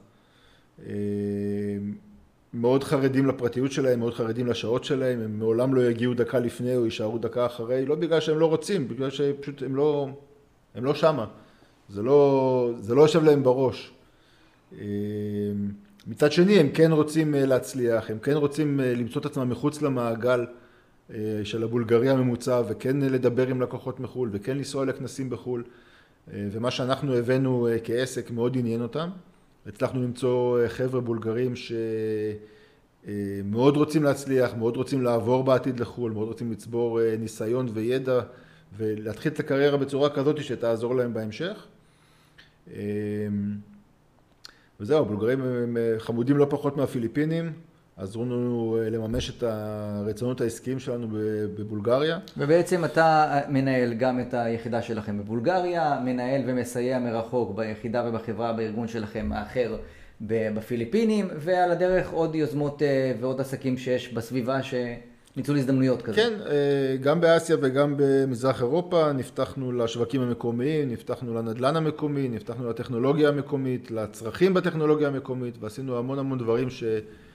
מאוד חרדים לפרטיות שלהם, מאוד חרדים לשעות שלהם, הם מעולם לא יגיעו דקה לפני או יישארו דקה אחרי, לא בגלל שהם לא רוצים, בגלל שפשוט הם לא, הם לא שמה. זה לא, זה לא יושב להם בראש. מצד שני, הם כן רוצים להצליח, הם כן רוצים למצוא את עצמם מחוץ למעגל של הבולגריה הממוצע, וכן לדבר עם לקוחות מחול, וכן לנסוע לכנסים בחול, ומה שאנחנו הבאנו כעסק מאוד עניין אותם. הצלחנו למצוא חבר'ה בולגרים שמאוד רוצים להצליח, מאוד רוצים לעבור בעתיד לחול, מאוד רוצים לצבור ניסיון וידע ולהתחיל את הקריירה בצורה כזאת שתעזור להם בהמשך. וזהו, הבולגרים הם חמודים לא פחות מהפיליפינים, עזרו לנו לממש את הרצונות העסקיים שלנו בבולגריה. ובעצם אתה מנהל גם את היחידה שלכם בבולגריה, מנהל ומסייע מרחוק ביחידה ובחברה בארגון שלכם האחר בפיליפינים, ועל הדרך עוד יוזמות ועוד עסקים שיש בסביבה שניצול הזדמנויות כזה. כן, גם באסיה וגם במזרח אירופה נפתחנו לשווקים המקומיים, נפתחנו לנדלן המקומי, נפתחנו לטכנולוגיה המקומית, לצרכים בטכנולוגיה המקומית, ועשינו המון המון דברים ש...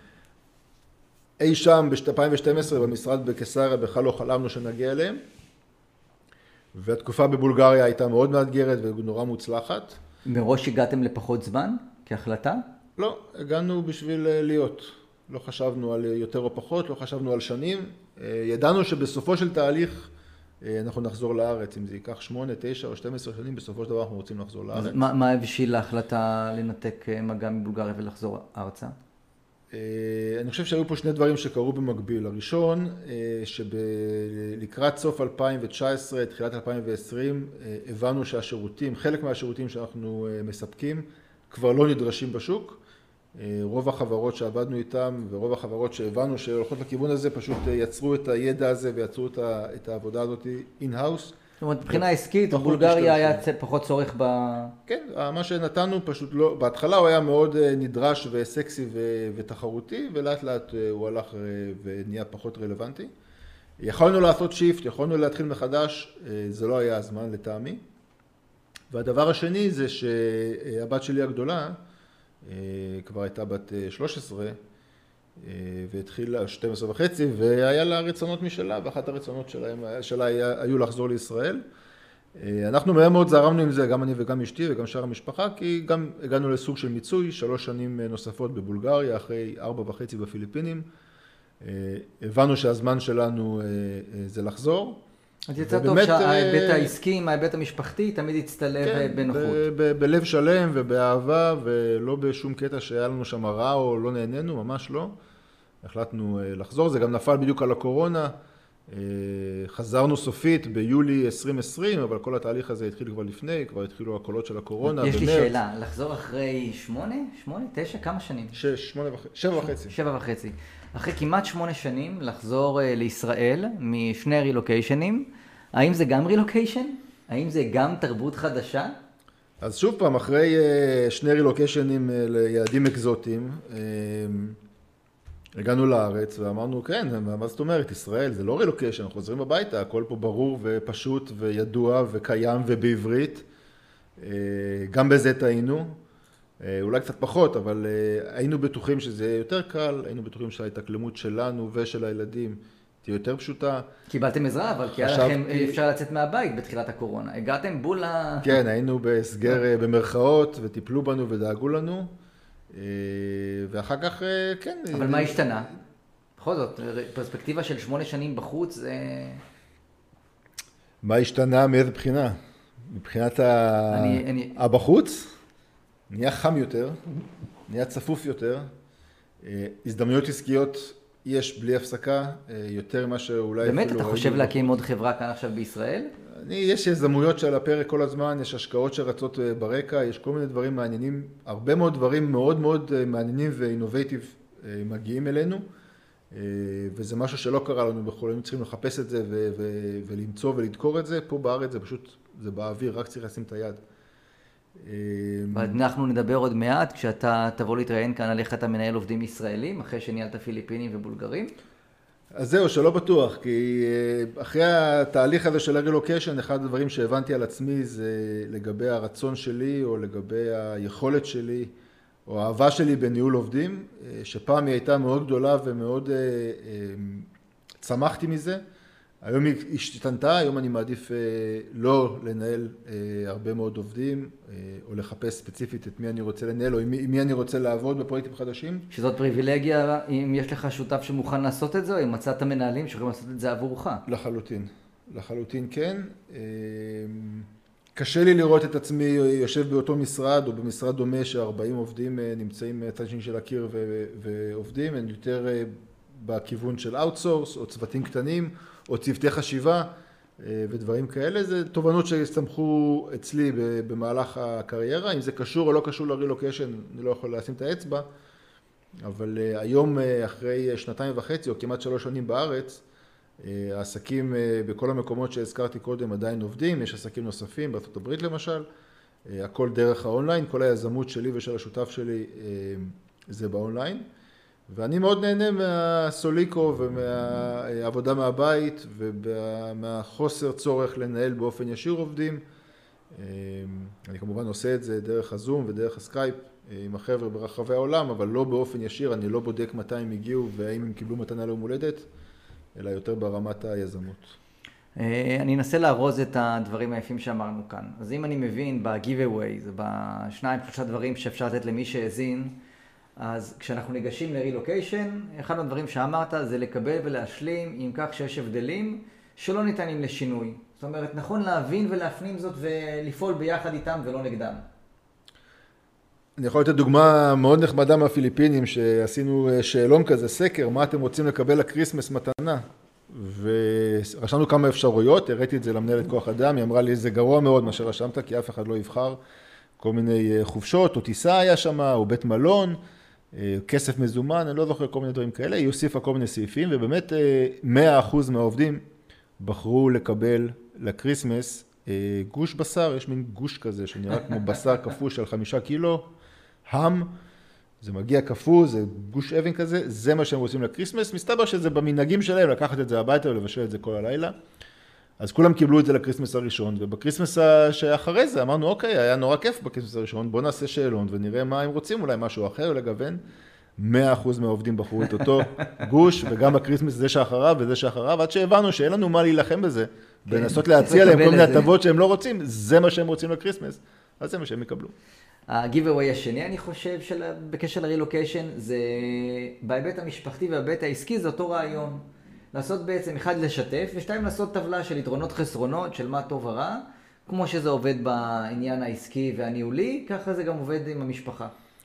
אי שם ב-אלפיים ושתים עשרה במשרד בקיסריה בכלל לא חלמנו שנגיע אליהם. והתקופה בבולגריה הייתה מאוד מאתגרת ונורא מוצלחת. מראש הגעתם לפחות זמן כהחלטה? לא, הגענו בשביל להיות. לא חשבנו על יותר או פחות, לא חשבנו על שנים. ידענו שבסופו של תהליך אנחנו נחזור לארץ. אם זה ייקח שמונה, תשע או שתים עשרה שנים, בסופו של דבר אנחנו רוצים לחזור לארץ. מה, מה הבשיל להחלטה לנתק מגע מבולגריה ולחזור ארצה? אני חושב שהיו פה שני דברים שקרו במקביל. הראשון, שלקראת סוף אלפיים תשע עשרה, תחילת אלפיים ועשרים, הבנו שהשירותים, חלק מהשירותים שאנחנו מספקים, כבר לא נדרשים בשוק. רוב החברות שעבדנו איתם ורוב החברות שהבנו שהולכות לכיוון הזה, פשוט יצרו את הידע הזה ויצרו את העבודה הזאת in-house. זאת אומרת, מבחינה עסקית, בבולגריה היה פחות צורך ב... כן, מה שנתנו פשוט לא... בהתחלה הוא היה מאוד נדרש וסקסי ותחרותי, ולאט לאט הוא הלך ונהיה פחות רלוונטי. יכולנו לעשות שיפט, יכולנו להתחיל מחדש, זה לא היה הזמן לטעמי. והדבר השני זה שהבת שלי הגדולה, כבר הייתה בת שלוש עשרה, והתחילה שתים עשרה וחצי, והיה לה רצונות משלה, ואחת הרצונות שלה, שלה היו לחזור לישראל. אנחנו מהר מאוד זרמנו עם זה, גם אני וגם אשתי וגם שאר המשפחה, כי גם הגענו לסוג של מיצוי, שלוש שנים נוספות בבולגריה, אחרי ארבע וחצי בפיליפינים. הבנו שהזמן שלנו זה לחזור. אז יצא טוב שההיבט העסקי, ההיבט המשפחתי, תמיד הצטלב בנוחות. כן, בלב שלם ובאהבה, ולא בשום קטע שהיה לנו שם רע או לא נהנינו, ממש לא. החלטנו לחזור, זה גם נפל בדיוק על הקורונה, חזרנו סופית ביולי עשרים עשרים, אבל כל התהליך הזה התחיל כבר לפני, כבר התחילו הקולות של הקורונה. יש לי שאלה, לחזור אחרי שמונה, שמונה, תשע, כמה שנים? שש, שמונה וחצי, שבע וחצי. שבע וחצי. אחרי כמעט שמונה שנים לחזור לישראל משני רילוקיישנים, האם זה גם רילוקיישן? האם זה גם תרבות חדשה? אז שוב פעם, אחרי שני רילוקיישנים ליעדים אקזוטיים, הגענו לארץ ואמרנו, כן, מה זאת אומרת, ישראל זה לא רילוקיישן, אנחנו חוזרים הביתה, הכל פה ברור ופשוט וידוע וקיים ובעברית. גם בזה טעינו, אולי קצת פחות, אבל היינו בטוחים שזה יותר קל, היינו בטוחים שההתאקלמות שלנו ושל הילדים תהיה יותר פשוטה. קיבלתם עזרה, אבל כי היה לכם אפשר לצאת מהבית בתחילת הקורונה. הגעתם בול ל... כן, היינו בהסגר במרכאות וטיפלו בנו ודאגו לנו. ואחר כך, כן. אבל מה השתנה? בכל זאת, פרספקטיבה של שמונה שנים בחוץ זה... מה השתנה מאיזה בחינה? מבחינת הבחוץ, נהיה חם יותר, נהיה צפוף יותר, הזדמנויות עסקיות יש בלי הפסקה, יותר ממה שאולי... באמת, אתה חושב להקים עוד חברה כאן עכשיו בישראל? אני, יש הזדמנויות שעל הפרק כל הזמן, יש השקעות שרצות ברקע, יש כל מיני דברים מעניינים, הרבה מאוד דברים מאוד מאוד מעניינים ואינובייטיב מגיעים אלינו, וזה משהו שלא קרה לנו בכל, היינו צריכים לחפש את זה ו- ו- ולמצוא ולדקור את זה, פה בארץ זה פשוט, זה באוויר, רק צריך לשים את היד. ואנחנו נדבר עוד מעט, כשאתה תבוא להתראיין כאן על איך אתה מנהל עובדים ישראלים, אחרי שניהלת פיליפינים ובולגרים. אז זהו, שלא בטוח, כי אחרי התהליך הזה של הרילוקיישן, אחד הדברים שהבנתי על עצמי זה לגבי הרצון שלי, או לגבי היכולת שלי, או האהבה שלי בניהול עובדים, שפעם היא הייתה מאוד גדולה ומאוד צמחתי מזה. היום היא השתנתה, היום אני מעדיף לא לנהל הרבה מאוד עובדים, או לחפש ספציפית את מי אני רוצה לנהל, או עם מי אני רוצה לעבוד בפרויקטים חדשים. שזאת פריבילגיה, אם יש לך שותף שמוכן לעשות את זה, או אם מצאת מנהלים שיכולים לעשות את זה עבורך? לחלוטין, לחלוטין כן. קשה לי לראות את עצמי יושב באותו משרד, או במשרד דומה ש-ארבעים עובדים נמצאים מצד שני של הקיר ועובדים, הם יותר בכיוון של אאוטסורס, או צוותים קטנים, או צוותי חשיבה ודברים כאלה. זה תובנות שהסתמכו אצלי במהלך הקריירה. אם זה קשור או לא קשור לרילוקיישן, אני לא יכול לשים את האצבע. אבל היום, אחרי שנתיים וחצי או כמעט שלוש שנים בארץ, העסקים בכל המקומות שהזכרתי קודם עדיין עובדים. יש עסקים נוספים, בארצות הברית למשל. הכל דרך האונליין. כל היזמות שלי ושל השותף שלי זה באונליין. ואני מאוד נהנה מהסוליקו ומהעבודה מהבית ומהחוסר צורך לנהל באופן ישיר עובדים. אני כמובן עושה את זה דרך הזום ודרך הסקייפ עם החבר'ה ברחבי העולם, אבל לא באופן ישיר, אני לא בודק מתי הם הגיעו והאם הם קיבלו מתנה ליום הולדת, אלא יותר ברמת היזמות. אני אנסה לארוז את הדברים היפים שאמרנו כאן. אז אם אני מבין ב-giveaway, זה בשניים שלושה דברים שאפשר לתת למי שהאזין, אז כשאנחנו ניגשים לרילוקיישן, אחד מהדברים שאמרת זה לקבל ולהשלים עם כך שיש הבדלים שלא ניתנים לשינוי. זאת אומרת, נכון להבין ולהפנים זאת ולפעול ביחד איתם ולא נגדם. אני יכול לתת דוגמה מאוד נחמדה מהפיליפינים, שעשינו שאלון כזה, סקר, מה אתם רוצים לקבל לקריסמס מתנה? ורשמנו כמה אפשרויות, הראיתי את זה למנהלת כוח אדם, היא אמרה לי, זה גרוע מאוד מה שרשמת, כי אף אחד לא יבחר כל מיני חופשות, או טיסה היה שם, או בית מלון, כסף מזומן, אני לא זוכר כל מיני דברים כאלה, היא הוסיפה כל מיני סעיפים, ובאמת מאה אחוז מהעובדים בחרו לקבל לקריסמס גוש בשר, יש מין גוש כזה שנראה כמו בשר כפו של חמישה קילו, הם, זה מגיע כפו, זה גוש אבן כזה, זה מה שהם רוצים לקריסמס, מסתבר שזה במנהגים שלהם לקחת את זה הביתה ולבשל את זה כל הלילה, אז כולם קיבלו את זה לקריסמס הראשון, ובקריסמס שאחרי זה אמרנו, אוקיי, היה נורא כיף בקריסמס הראשון, בוא נעשה שאלון ונראה מה הם רוצים, אולי משהו אחר לגוון. מאה אחוז מהעובדים בחרו את אותו גוש, וגם בקריסמס זה שאחריו וזה שאחריו, עד שהבנו שאין לנו מה להילחם בזה, ולנסות להציע להם כל מיני הטבות שהם לא רוצים, זה מה שהם רוצים לקריסמס, אז זה מה שהם יקבלו. הגיבווי השני, אני חושב, בקשר לרילוקיישן, זה בהיבט המשפחתי וההיבט העסקי, זה אותו רעיון. לעשות בעצם, אחד, לשתף, ושתיים, לעשות טבלה של יתרונות חסרונות, של מה טוב ורע, כמו שזה עובד בעניין העסקי והניהולי, ככה זה גם עובד עם המשפחה.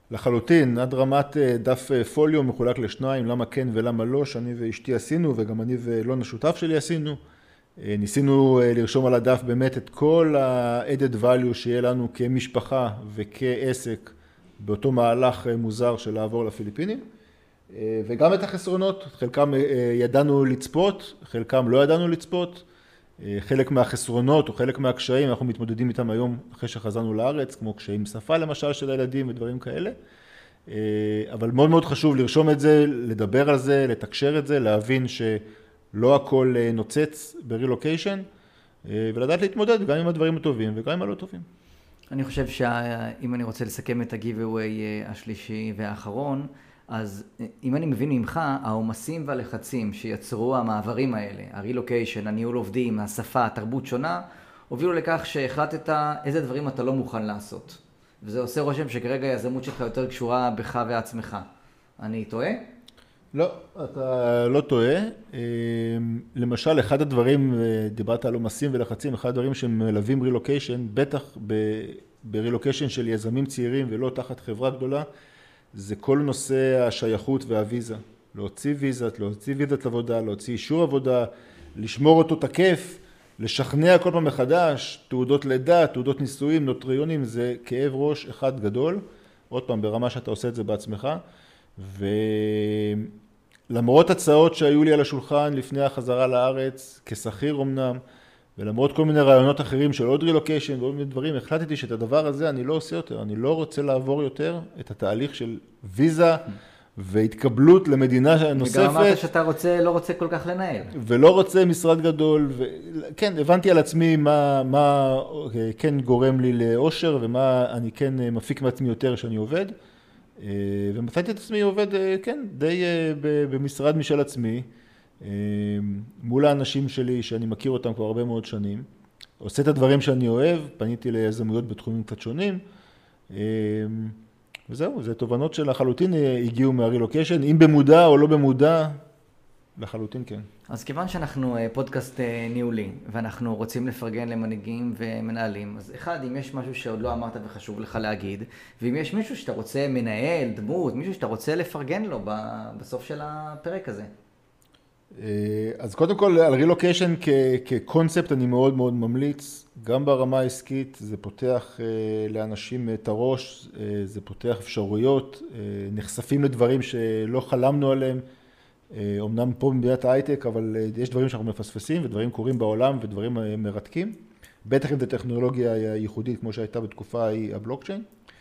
לחלוטין, עד רמת דף פוליו מחולק לשניים, למה כן ולמה לא, שאני ואשתי עשינו, וגם אני ואלון השותף שלי עשינו. ניסינו לרשום על הדף באמת את כל ה-added value שיהיה לנו כמשפחה וכעסק באותו מהלך מוזר של לעבור לפיליפינים. וגם את החסרונות, חלקם ידענו לצפות, חלקם לא ידענו לצפות. חלק מהחסרונות או חלק מהקשיים אנחנו מתמודדים איתם היום אחרי שחזרנו לארץ, כמו קשיים שפה למשל של הילדים ודברים כאלה. אבל מאוד מאוד חשוב לרשום את זה, לדבר על זה, לתקשר את זה, להבין שלא הכל נוצץ ברילוקיישן, ולדעת להתמודד גם עם הדברים הטובים וגם עם הלא טובים. אני חושב שאם אני רוצה לסכם את הגיבווי השלישי והאחרון, אז אם אני מבין ממך, העומסים והלחצים שיצרו המעברים האלה, הרילוקיישן, הניהול עובדים, השפה, התרבות שונה, הובילו לכך שהחלטת איזה דברים אתה לא מוכן לעשות. וזה עושה רושם שכרגע היזמות שלך יותר קשורה בך ועצמך. אני טועה? לא, אתה לא טועה. למשל, אחד הדברים, דיברת על עומסים ולחצים, אחד הדברים שמלווים רילוקיישן, בטח ברילוקיישן של יזמים צעירים ולא תחת חברה גדולה, זה כל נושא השייכות והוויזה. להוציא ויזת, להוציא ויזת עבודה, להוציא אישור עבודה, לשמור אותו תקף, לשכנע כל פעם מחדש, תעודות לידה, תעודות נישואים, נוטריונים, זה כאב ראש אחד גדול. עוד פעם, ברמה שאתה עושה את זה בעצמך. ולמרות הצעות שהיו לי על השולחן לפני החזרה לארץ, כשכיר אמנם, ולמרות כל מיני רעיונות אחרים של עוד רילוקיישן ועוד מיני דברים, החלטתי שאת הדבר הזה אני לא עושה יותר. אני לא רוצה לעבור יותר את התהליך של ויזה והתקבלות למדינה נוספת. וגם אמרת שאתה רוצה, לא רוצה כל כך לנהל. ולא רוצה משרד גדול. ו... כן, הבנתי על עצמי מה, מה כן גורם לי לאושר ומה אני כן מפיק מעצמי יותר שאני עובד. ומצאתי את עצמי עובד, כן, די במשרד משל עצמי. מול האנשים שלי שאני מכיר אותם כבר הרבה מאוד שנים, עושה את הדברים שאני אוהב, פניתי ליזמויות בתחומים קצת שונים, וזהו, זה תובנות שלחלוטין הגיעו מהרילוקיישן, אם במודע או לא במודע, לחלוטין כן. אז כיוון שאנחנו פודקאסט ניהולי, ואנחנו רוצים לפרגן למנהיגים ומנהלים, אז אחד, אם יש משהו שעוד לא אמרת וחשוב לך להגיד, ואם יש מישהו שאתה רוצה מנהל, דמות, מישהו שאתה רוצה לפרגן לו בסוף של הפרק הזה. אז קודם כל על רילוקיישן כקונספט אני מאוד מאוד ממליץ, גם ברמה העסקית זה פותח לאנשים את הראש, זה פותח אפשרויות, נחשפים לדברים שלא חלמנו עליהם, אמנם פה במדינת ההייטק, אבל יש דברים שאנחנו מפספסים ודברים קורים בעולם ודברים מרתקים, בטח אם זה טכנולוגיה ייחודית כמו שהייתה בתקופה ההיא הבלוקצ'יין.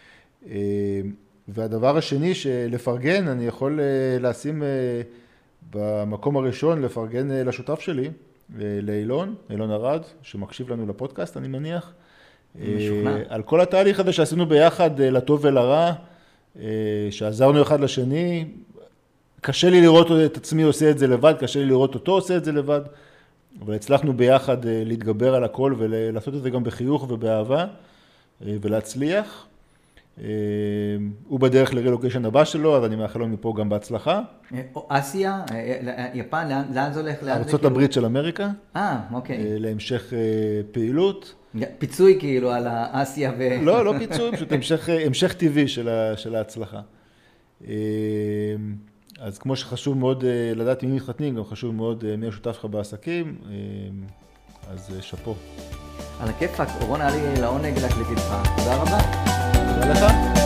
והדבר השני שלפרגן, אני יכול לשים במקום הראשון לפרגן לשותף שלי, לאילון, אילון ארד, שמקשיב לנו לפודקאסט, אני מניח. משוכנע. על כל התהליך הזה שעשינו ביחד, לטוב ולרע, שעזרנו אחד לשני. קשה לי לראות את עצמי עושה את זה לבד, קשה לי לראות אותו עושה את זה לבד, אבל הצלחנו ביחד להתגבר על הכל ולעשות את זה גם בחיוך ובאהבה, ולהצליח. הוא בדרך לרילוקיישן הבא שלו, אז אני מאחל לו מפה גם בהצלחה. אסיה, יפן, לאן זה הולך? ארצות הברית של אמריקה. אה, אוקיי. להמשך פעילות. פיצוי כאילו על האסיה ו... לא, לא פיצוי, פשוט המשך טבעי של ההצלחה. אז כמו שחשוב מאוד לדעת עם מי מתחתנים, גם חשוב מאוד מי השותף שלך בעסקים, אז שפו. על הכיפק, אורון, היה לי לעונג להקליט איתך. תודה רבה. תודה לך.